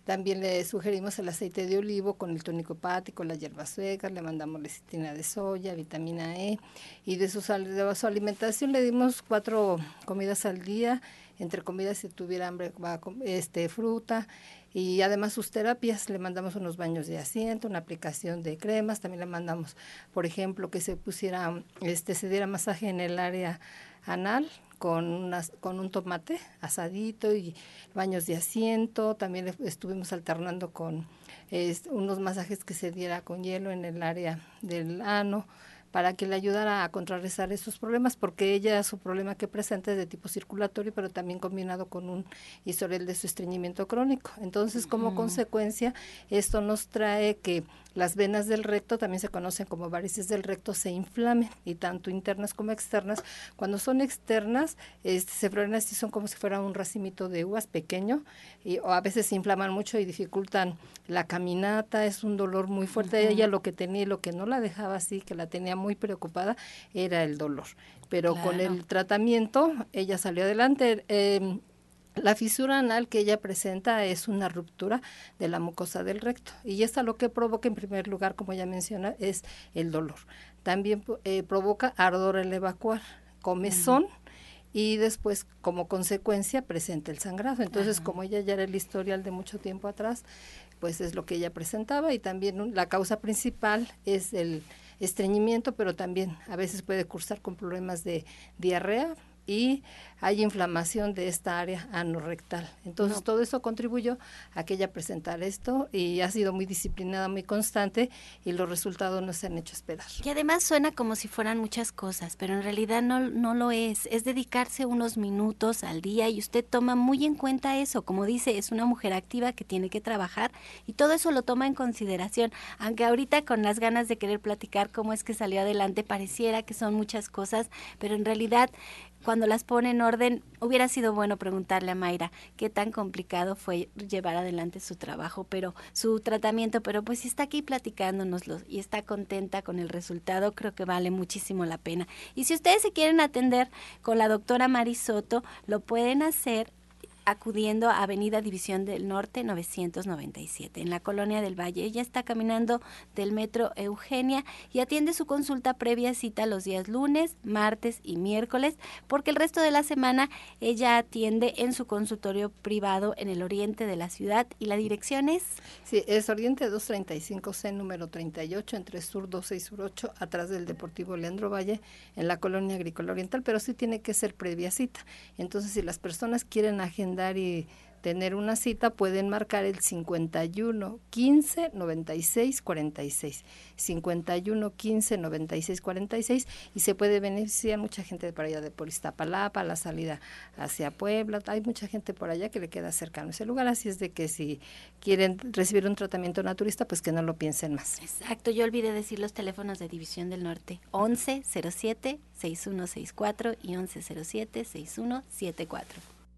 También le sugerimos el aceite de olivo con el tónico hepático, las hierbas suecas, le mandamos lecitina de soya, vitamina E, y de su, de su alimentación le dimos cuatro comidas al día, entre comidas si tuviera hambre va a comer, este, fruta, y además sus terapias, le mandamos unos baños de asiento, una aplicación de cremas, también le mandamos, por ejemplo, que se pusiera, este, se diera masaje en el área anal, con, unas, con un tomate asadito y baños de asiento. También estuvimos alternando con eh, unos masajes que se diera con hielo en el área del ano, para que le ayudara a contrarrestar esos problemas, porque ella, su problema que presenta es de tipo circulatorio, pero también combinado con un historial de su estreñimiento crónico. Entonces, como uh-huh. consecuencia, esto nos trae que las venas del recto, también se conocen como varices del recto, se inflamen, y tanto internas como externas. Cuando son externas, este, se floren así, son como si fuera un racimito de uvas pequeño, y, o a veces se inflaman mucho y dificultan la caminata, es un dolor muy fuerte. Uh-huh. Ella lo que tenía y lo que no la dejaba así, que la tenía muy preocupada, era el dolor. Pero claro, con el tratamiento, ella salió adelante. Eh, La fisura anal que ella presenta es una ruptura de la mucosa del recto, y esta lo que provoca, en primer lugar, como ella menciona, es el dolor. También eh, provoca ardor al evacuar, comezón, uh-huh. y después, como consecuencia, presenta el sangrado. Entonces, uh-huh. como ella ya era el historial de mucho tiempo atrás, pues es lo que ella presentaba, y también la causa principal es el estreñimiento, pero también a veces puede cursar con problemas de diarrea, y hay inflamación de esta área anorrectal. Entonces, no. todo eso contribuyó a que ella presentara esto, y ha sido muy disciplinada, muy constante, y los resultados no se han hecho esperar. Y además suena como si fueran muchas cosas, pero en realidad no, no lo es. Es dedicarse unos minutos al día, y usted toma muy en cuenta eso. Como dice, es una mujer activa que tiene que trabajar, y todo eso lo toma en consideración. Aunque ahorita, con las ganas de querer platicar cómo es que salió adelante, pareciera que son muchas cosas, pero en realidad, cuando las pone en orden, hubiera sido bueno preguntarle a Mayra qué tan complicado fue llevar adelante su trabajo, pero su tratamiento, pero pues si está aquí platicándonoslo y está contenta con el resultado, creo que vale muchísimo la pena. Y si ustedes se quieren atender con la doctora Mari Soto, lo pueden hacer acudiendo a Avenida División del Norte novecientos noventa y siete, en la Colonia del Valle. Ella está caminando del Metro Eugenia y atiende su consulta previa cita los días lunes, martes y miércoles, porque el resto de la semana ella atiende en su consultorio privado en el oriente de la ciudad. ¿Y la dirección es? Sí, es Oriente doscientos treinta y cinco C, número treinta y ocho, entre Sur doce y Sur ocho, atrás del Deportivo Leandro Valle, en la Colonia Agrícola Oriental, pero sí tiene que ser previa cita. Entonces, si las personas quieren agendar y tener una cita, pueden marcar el cincuenta y uno, quince, noventa y seis, cuarenta y seis, cincuenta y uno, quince, noventa y seis, cuarenta y seis, y se puede beneficiar mucha gente por allá de por Iztapalapa, la salida hacia Puebla. Hay mucha gente por allá que le queda cercano ese lugar, así es de que si quieren recibir un tratamiento naturista, pues que no lo piensen más. Exacto, yo olvidé decir los teléfonos de División del Norte: once cero siete, seis uno seis cuatro y once cero siete, seis uno siete cuatro.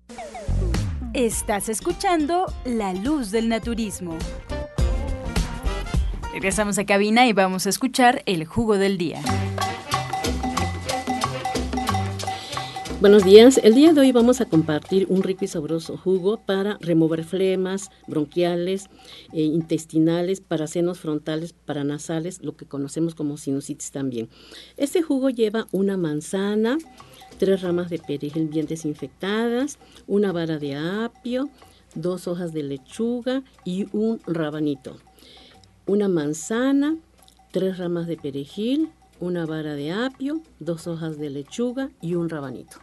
Estás escuchando La Luz del Naturismo. Regresamos a cabina y vamos a escuchar el jugo del día. Buenos días, el día de hoy vamos a compartir un rico y sabroso jugo para remover flemas bronquiales, eh, intestinales, para senos frontales, para nasales, lo que conocemos como sinusitis también. Este jugo lleva una manzana, tres ramas de perejil bien desinfectadas, una vara de apio, dos hojas de lechuga y un rabanito. Una manzana, tres ramas de perejil, una vara de apio, dos hojas de lechuga y un rabanito.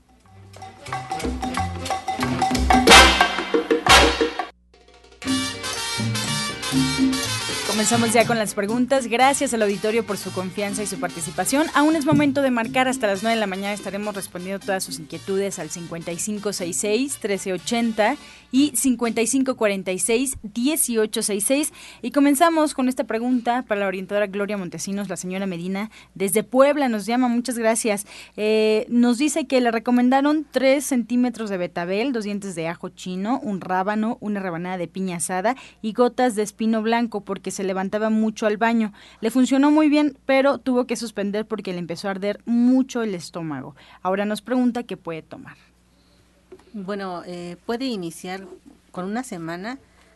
Comenzamos ya con las preguntas. Gracias al auditorio por su confianza y su participación. Aún es momento de marcar. Hasta las nueve de la mañana estaremos respondiendo todas sus inquietudes al cincuenta y cinco sesenta y seis, trece ochenta y cincuenta y cinco cuarenta y seis, dieciocho sesenta y seis. Y comenzamos con esta pregunta para la orientadora Gloria Montesinos. La señora Medina desde Puebla nos llama. Muchas gracias. Eh, nos dice que le recomendaron tres centímetros de betabel, dos dientes de ajo chino, un rábano, una rebanada de piña asada y gotas de espino blanco, porque se levantaba mucho al baño. Le funcionó muy bien, pero tuvo que suspender porque le empezó a arder mucho el estómago. Ahora nos pregunta qué puede tomar. Bueno, eh, puede iniciar con una semana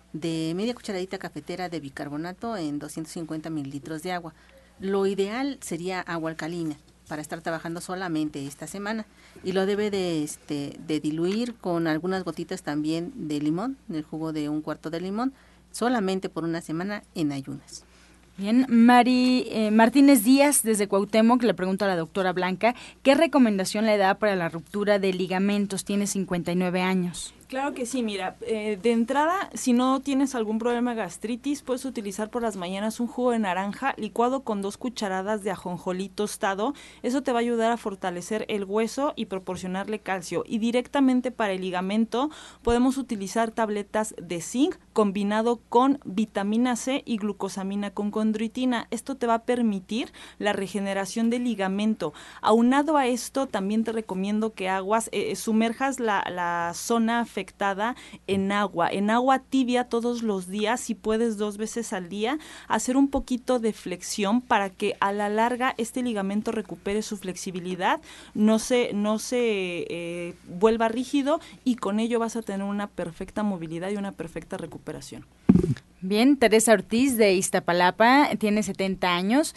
de media cucharadita cafetera de bicarbonato en doscientos cincuenta mililitros de agua. Lo ideal sería agua alcalina para estar trabajando solamente esta semana, y lo debe de, este, de diluir con algunas gotitas también de limón, el jugo de un cuarto de limón, solamente por una semana en ayunas. Bien, Mari eh, Martínez Díaz desde Cuauhtémoc le pregunta a la doctora Blanca, ¿qué recomendación le da para la ruptura de ligamentos? Tiene cincuenta y nueve años. Claro que sí, mira, eh, de entrada, si no tienes algún problema de gastritis, puedes utilizar por las mañanas un jugo de naranja licuado con dos cucharadas de ajonjolí tostado. Eso te va a ayudar a fortalecer el hueso y proporcionarle calcio. Y directamente para el ligamento podemos utilizar tabletas de zinc combinado con vitamina C y glucosamina con condroitina. Esto te va a permitir la regeneración del ligamento. Aunado a esto, también te recomiendo que aguas, eh, sumerjas la, la zona afectada en agua, en agua tibia todos los días, si puedes dos veces al día, hacer un poquito de flexión para que a la larga este ligamento recupere su flexibilidad, no se, no se eh, vuelva rígido, y con ello vas a tener una perfecta movilidad y una perfecta recuperación. Bien, Teresa Ortiz de Iztapalapa, tiene setenta años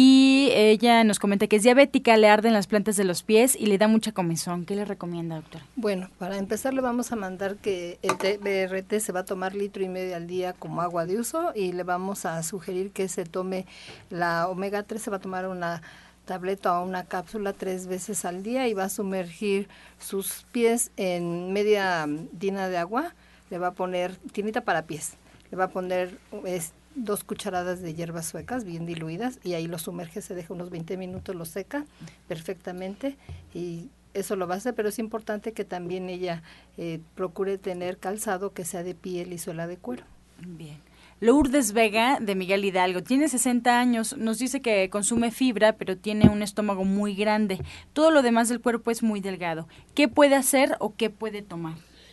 y ella nos comenta que es diabética, le arden las plantas de los pies y le da mucha comezón. ¿Qué le recomienda, doctora? Bueno, para empezar le vamos a mandar que el B R T se va a tomar litro y medio al día como agua de uso, y le vamos a sugerir que se tome la omega tres, se va a tomar una tableta o una cápsula tres veces al día y va a sumergir sus pies en media tina de agua, le va a poner tinita para pies. Le va a poner es, dos cucharadas de hierbas suecas bien diluidas y ahí lo sumerge, se deja unos veinte minutos, lo seca perfectamente y eso lo va a hacer, pero es importante que también ella eh, procure tener calzado que sea de piel y suela de cuero. Bien. Lourdes Vega de Miguel Hidalgo, tiene sesenta años, nos dice que consume fibra, pero tiene un estómago muy grande. Todo lo demás del cuerpo es muy delgado. ¿Qué puede hacer o qué puede tomar?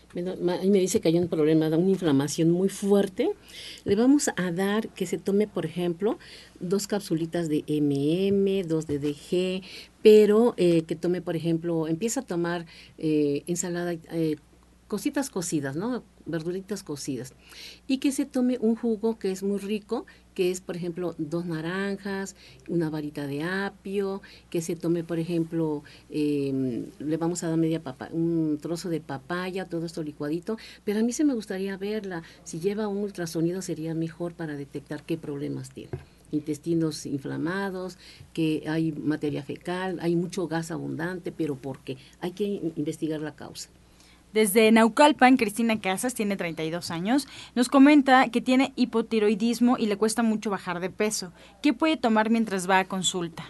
Ahí me dice que hay un problema, da una inflamación muy fuerte. Le vamos a dar que se tome, por ejemplo, dos capsulitas de eme eme, dos de de ge, pero eh, que tome, por ejemplo, empieza a tomar eh, ensalada, eh, cositas cocidas, ¿no? Verduritas cocidas, y que se tome un jugo que es muy rico, que es, por ejemplo, dos naranjas, una varita de apio, que se tome, por ejemplo, eh, le vamos a dar media papa, un trozo de papaya, todo esto licuadito, pero a mí se me gustaría verla, si lleva un ultrasonido sería mejor para detectar qué problemas tiene. Intestinos inflamados, que hay materia fecal, hay mucho gas abundante, pero ¿por qué? Hay que investigar la causa. Desde Naucalpan, Cristina Casas, tiene treinta y dos años, nos comenta que tiene hipotiroidismo y le cuesta mucho bajar de peso. ¿Qué puede tomar mientras va a consulta?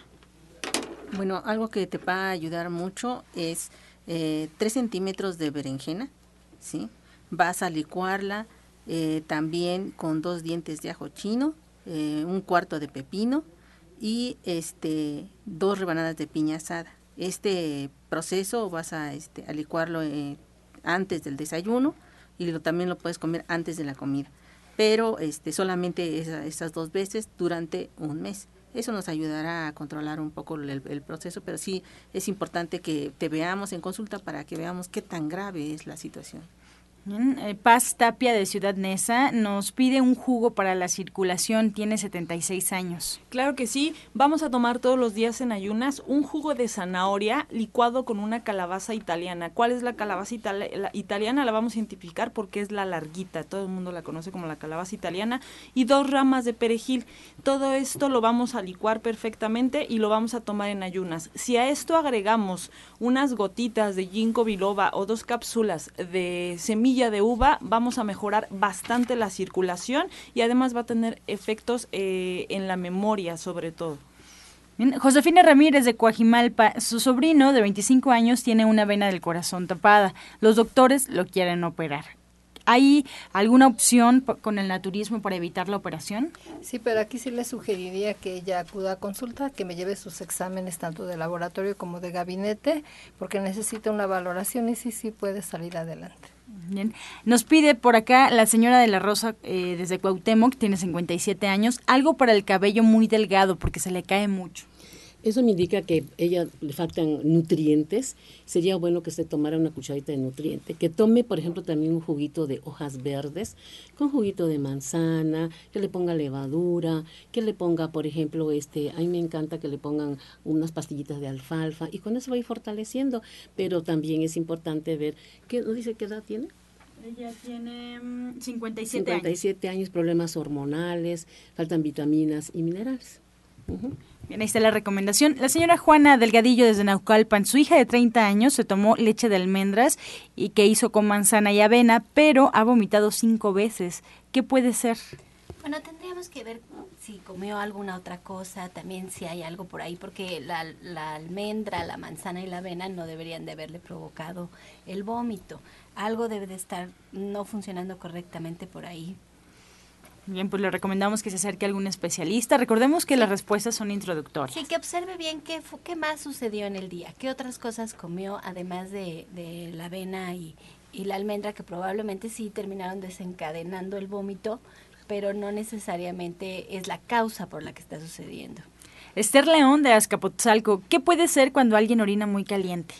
Bueno, algo que te va a ayudar mucho es eh, tres centímetros de berenjena, ¿sí? Vas a licuarla eh, también con dos dientes de ajo chino, eh, un cuarto de pepino y este dos rebanadas de piña asada. Este proceso vas a, este, a licuarlo eh, antes del desayuno y lo, también lo puedes comer antes de la comida, pero este solamente esa, esas dos veces durante un mes. Eso nos ayudará a controlar un poco el, el proceso, pero sí es importante que te veamos en consulta para que veamos qué tan grave es la situación. Bien, eh, Paz Tapia de Ciudad Neza nos pide un jugo para la circulación, tiene setenta y seis años. Claro que sí, vamos a tomar todos los días en ayunas un jugo de zanahoria licuado con una calabaza italiana. ¿Cuál es la calabaza itali- la italiana? La vamos a identificar porque es la larguita, todo el mundo la conoce como la calabaza italiana, y dos ramas de perejil. Todo esto lo vamos a licuar perfectamente y lo vamos a tomar en ayunas. Si a esto agregamos unas gotitas de ginkgo biloba o dos cápsulas de semillas de uva, vamos a mejorar bastante la circulación y además va a tener efectos eh, en la memoria sobre todo. Bien, Josefina Ramírez de Coajimalpa, su sobrino de veinticinco años tiene una vena del corazón tapada. Los doctores lo quieren operar. ¿Hay alguna opción p- con el naturismo para evitar la operación? Sí, pero aquí sí le sugeriría que ella acuda a consulta, que me lleve sus exámenes tanto de laboratorio como de gabinete, porque necesita una valoración y sí, sí puede salir adelante. Bien. Nos pide por acá la señora de la Rosa eh, desde Cuauhtémoc, tiene cincuenta y siete años, algo para el cabello muy delgado porque se le cae mucho. Eso me indica que ella le faltan nutrientes. Sería bueno que se tomara una cucharadita de nutriente. Que tome, por ejemplo, también un juguito de hojas verdes con juguito de manzana, que le ponga levadura, que le ponga, por ejemplo, este, a mí me encanta que le pongan unas pastillitas de alfalfa y con eso va a ir fortaleciendo. Pero también es importante ver, ¿qué, ¿no dice qué edad tiene? Ella tiene um, cincuenta y siete, cincuenta y siete años. años, problemas hormonales, faltan vitaminas y minerales. Uh-huh. Bien, ahí está la recomendación. La señora Juana Delgadillo desde Naucalpan, su hija de treinta años se tomó leche de almendras y que hizo con manzana y avena, pero ha vomitado cinco veces. ¿Qué puede ser? Bueno, tendríamos que ver si comió alguna otra cosa, también si hay algo por ahí, porque la, la almendra, la manzana y la avena no deberían de haberle provocado el vómito. Algo debe de estar no funcionando correctamente por ahí. Bien, pues le recomendamos que se acerque a algún especialista. Recordemos que sí. Las respuestas son introductorias. Sí, que observe bien qué, qué más sucedió en el día, qué otras cosas comió, además de, de la avena y, y la almendra, que probablemente sí terminaron desencadenando el vómito, pero no necesariamente es la causa por la que está sucediendo. Esther León de Azcapotzalco, ¿qué puede ser cuando alguien orina muy caliente?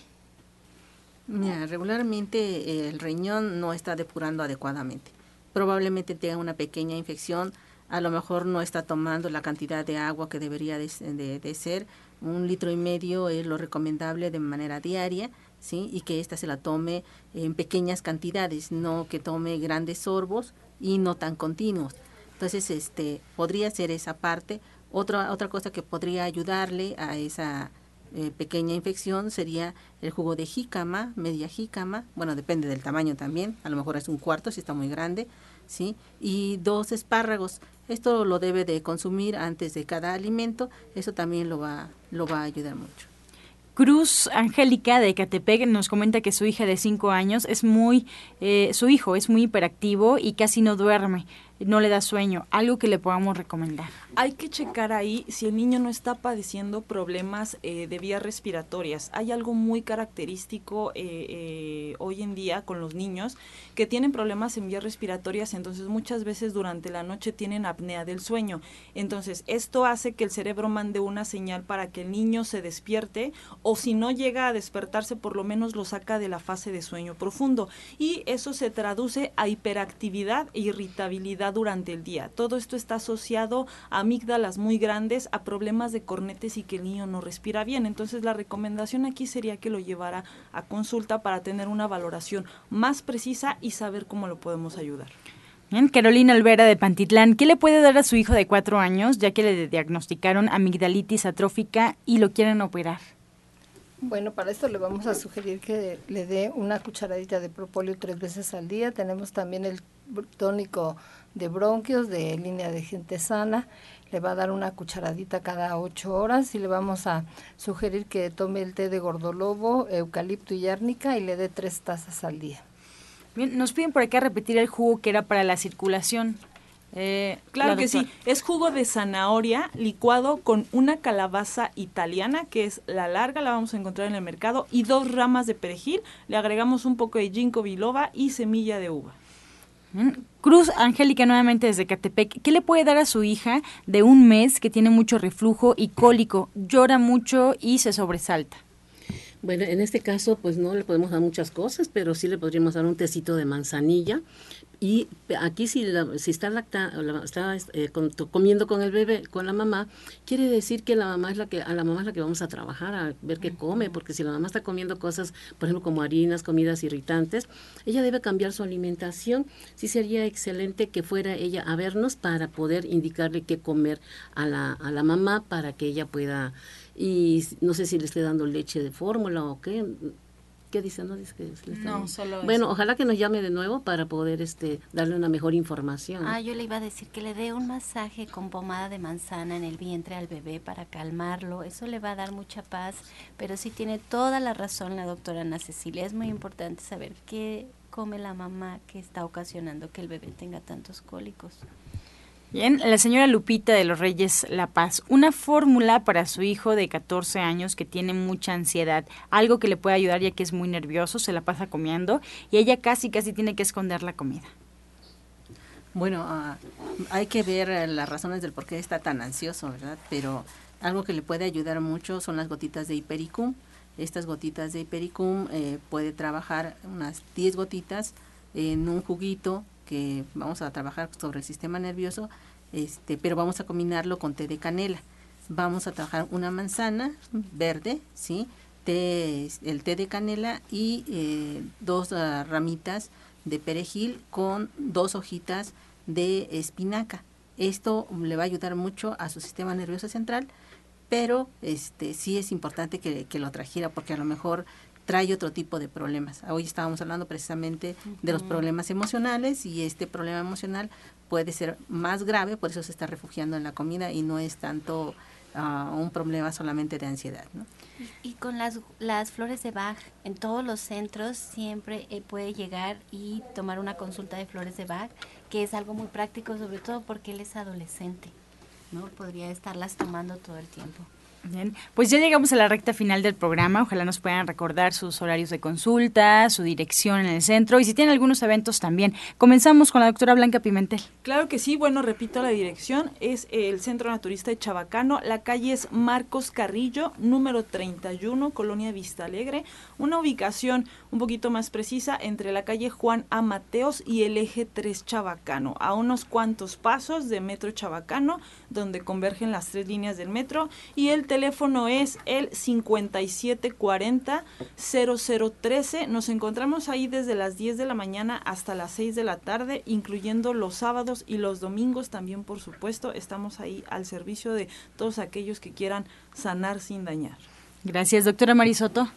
Mira, regularmente el riñón no está depurando adecuadamente. Probablemente tenga una pequeña infección, a lo mejor no está tomando la cantidad de agua que debería de, de, de ser, un litro y medio es lo recomendable de manera diaria, ¿sí? Y que ésta se la tome en pequeñas cantidades, no que tome grandes sorbos y no tan continuos. Entonces, este, podría ser esa parte. Otra, otra cosa que podría ayudarle a esa eh, pequeña infección sería el jugo de jícama, media jícama, bueno, depende del tamaño también, a lo mejor es un cuarto si está muy grande, ¿sí? Y dos espárragos. Esto lo debe de consumir antes de cada alimento, eso también lo va, lo va a ayudar mucho. Cruz Angélica de Ecatepec nos comenta que su hija de cinco años es muy, eh, su hijo es muy hiperactivo y casi no duerme, no le da sueño, algo que le podamos recomendar. Hay que checar ahí si el niño no está padeciendo problemas eh, de vías respiratorias. Hay algo muy característico eh, eh, hoy en día con los niños que tienen problemas en vías respiratorias, entonces muchas veces durante la noche tienen apnea del sueño. Entonces esto hace que el cerebro mande una señal para que el niño se despierte, o si no llega a despertarse, por lo menos lo saca de la fase de sueño profundo. Y eso se traduce a hiperactividad e irritabilidad durante el día. Todo esto está asociado a amígdalas muy grandes, a problemas de cornetes y que el niño no respira bien. Entonces la recomendación aquí sería que lo llevara a consulta para tener una valoración más precisa y saber cómo lo podemos ayudar. Bien, Carolina Olvera de Pantitlán, ¿qué le puede dar a su hijo de cuatro años, ya que le diagnosticaron amigdalitis atrófica y lo quieren operar? Bueno, para esto le vamos a sugerir que le dé una cucharadita de propóleo tres veces al día. Tenemos también el tónico de bronquios de Línea de Gente Sana. Le va a dar una cucharadita cada ocho horas y le vamos a sugerir que tome el té de gordolobo, eucalipto y árnica y le dé tres tazas al día. Bien, nos piden por acá repetir el jugo que era para la circulación. Eh, claro que sí, es jugo de zanahoria licuado con una calabaza italiana, que es la larga, la vamos a encontrar en el mercado, y dos ramas de perejil, le agregamos un poco de ginkgo biloba y semilla de uva. Cruz Angélica nuevamente desde Catepec, ¿qué le puede dar a su hija de un mes que tiene mucho reflujo y cólico, llora mucho y se sobresalta? Bueno, en este caso, pues no le podemos dar muchas cosas, pero sí le podríamos dar un tecito de manzanilla. Y aquí si, la, si está, lacta, la, está eh, con, comiendo con el bebé, con la mamá, quiere decir que la mamá es la que a la mamá es la que vamos a trabajar a ver qué come, porque si la mamá está comiendo cosas, por ejemplo, como harinas, comidas irritantes, ella debe cambiar su alimentación. Sí sería excelente que fuera ella a vernos para poder indicarle qué comer a la, a la mamá para que ella pueda, y no sé si le esté dando leche de fórmula o qué. ¿Qué dice? ¿No dice que le está No, solo Bueno, eso. Ojalá que nos llame de nuevo para poder este darle una mejor información. Ah, yo le iba a decir que le dé un masaje con pomada de manzana en el vientre al bebé para calmarlo. Eso le va a dar mucha paz, pero sí tiene toda la razón la doctora Ana Cecilia. Es muy importante saber qué come la mamá que está ocasionando que el bebé tenga tantos cólicos. Bien, la señora Lupita de los Reyes La Paz, una fórmula para su hijo de catorce años que tiene mucha ansiedad, algo que le puede ayudar ya que es muy nervioso, se la pasa comiendo y ella casi casi tiene que esconder la comida. Bueno, uh, hay que ver uh, las razones del por qué está tan ansioso, ¿verdad? Pero algo que le puede ayudar mucho son las gotitas de hipericum. Estas gotitas de hipericum eh, puede trabajar unas diez gotitas en un juguito que vamos a trabajar sobre el sistema nervioso, este, pero vamos a combinarlo con té de canela. Vamos a trabajar una manzana verde, ¿sí? Té, el té de canela y eh, dos uh, ramitas de perejil con dos hojitas de espinaca. Esto le va a ayudar mucho a su sistema nervioso central, pero este sí es importante que, que lo trajera porque a lo mejor trae otro tipo de problemas. Hoy estábamos hablando precisamente uh-huh. de los problemas emocionales y este problema emocional puede ser más grave, por eso se está refugiando en la comida y no es tanto uh, un problema solamente de ansiedad, ¿no? Y, y con las, las flores de Bach, en todos los centros siempre eh, puede llegar y tomar una consulta de flores de Bach, que es algo muy práctico, sobre todo porque él es adolescente, ¿no? Podría estarlas tomando todo el tiempo. Bien, pues ya llegamos a la recta final del programa. Ojalá nos puedan recordar sus horarios de consulta, su dirección en el centro y si tienen algunos eventos también. Comenzamos con la doctora Blanca Pimentel. Claro que sí, bueno, repito la dirección, es el Centro Naturista de Chabacano, la calle es Marcos Carrillo, número treinta y uno, Colonia Vista Alegre, una ubicación un poquito más precisa entre la calle Juan A. Mateos y el eje tres Chabacano, a unos cuantos pasos de Metro Chabacano, donde convergen las tres líneas del metro, y el teléfono es el cincuenta y siete cuarenta cero cero trece. Nos encontramos ahí desde las diez de la mañana hasta las seis de la tarde, incluyendo los sábados y los domingos también, por supuesto. Estamos ahí al servicio de todos aquellos que quieran sanar sin dañar. Gracias, doctora Marisoto.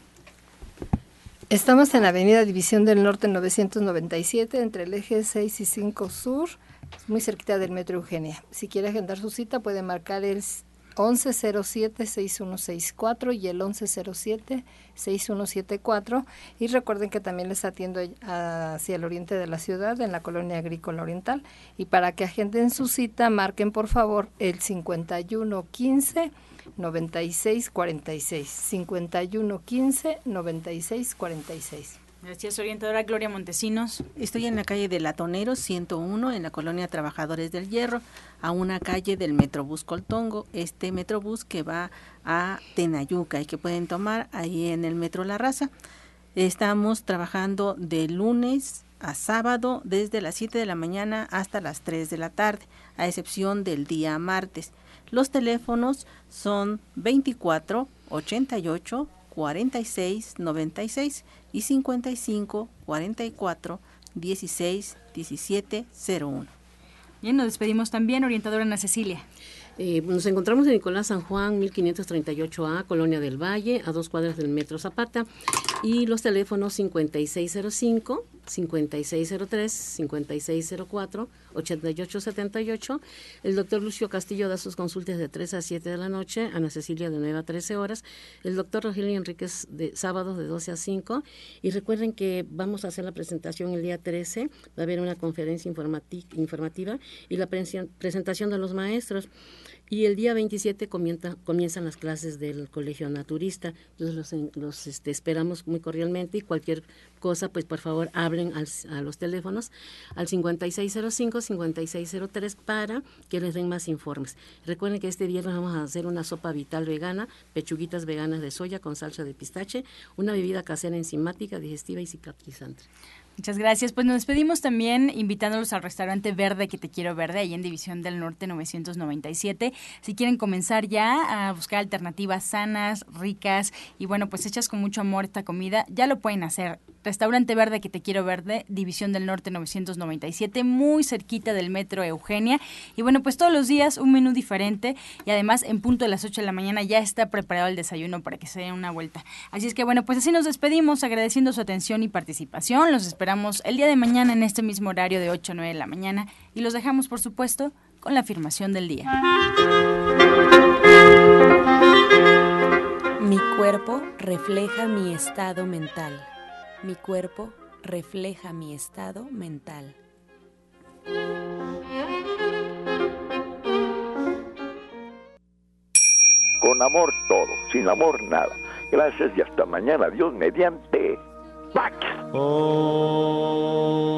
Estamos en la avenida División del Norte novecientos noventa y siete, entre el eje seis y cinco Sur, muy cerquita del Metro Eugenia. Si quiere agendar su cita, puede marcar el once cero siete seis uno seis cuatro y el once cero siete seis uno siete cuatro, y recuerden que también les atiendo hacia el oriente de la ciudad, en la Colonia Agrícola Oriental, y para que agenden su cita, marquen por favor el cincuenta y uno quince noventa y seis cuarenta y seis, cincuenta y uno quince noventa y seis cuarenta y seis. Gracias, orientadora Gloria Montesinos. Estoy en la calle de Latoneros ciento uno, en la colonia Trabajadores del Hierro, a una calle del Metrobús Coltongo, este Metrobús que va a Tenayuca y que pueden tomar ahí en el Metro La Raza. Estamos trabajando de lunes a sábado desde las siete de la mañana hasta las tres de la tarde, a excepción del día martes. Los teléfonos son veinticuatro ochenta y ocho cuarenta y seis noventa y seis y cincuenta y cinco cuarenta y cuatro dieciséis diecisiete cero uno. Bien, nos despedimos también, orientadora Ana Cecilia. Eh, nos encontramos en Nicolás San Juan, mil quinientos treinta y ocho A, Colonia del Valle, a dos cuadras del Metro Zapata, y los teléfonos cincuenta y seis cero cinco, cincuenta y seis cero tres, cincuenta y seis cero cuatro, ochenta y ocho setenta y ocho. El doctor Lucio Castillo da sus consultas de tres a siete de la noche, Ana Cecilia de nueve a trece horas, el doctor Rogelio Enríquez de sábados de doce a cinco, y recuerden que vamos a hacer la presentación el día trece, va a haber una conferencia informati- informativa y la pre- presentación de los maestros. Y el día veintisiete comienza, comienzan las clases del Colegio Naturista. Entonces los, los este, esperamos muy cordialmente, y cualquier cosa, pues por favor hablen al, a los teléfonos al cincuenta y seis cero cinco, cincuenta y seis cero tres para que les den más informes. Recuerden que este viernes vamos a hacer una sopa vital vegana, pechuguitas veganas de soya con salsa de pistache, una bebida casera enzimática, digestiva y cicatrizante. Muchas gracias. Pues nos despedimos también invitándolos al restaurante Verde, que te quiero verde, ahí en División del Norte novecientos noventa y siete. Si quieren comenzar ya a buscar alternativas sanas, ricas y bueno, pues hechas con mucho amor esta comida, ya lo pueden hacer. Restaurante Verde, que te quiero verde, División del Norte novecientos noventa y siete, muy cerquita del Metro Eugenia. Y bueno, pues todos los días un menú diferente, y además en punto de las ocho de la mañana ya está preparado el desayuno para que se den una vuelta. Así es que bueno, pues así nos despedimos agradeciendo su atención y participación. Los esperamos el día de mañana en este mismo horario de ocho a nueve de la mañana, y los dejamos por supuesto con la afirmación del día. Mi cuerpo refleja mi estado mental. Mi cuerpo refleja mi estado mental. Con amor todo, sin amor nada. Gracias y hasta mañana. Dios mediante. ¡Pax! Oh.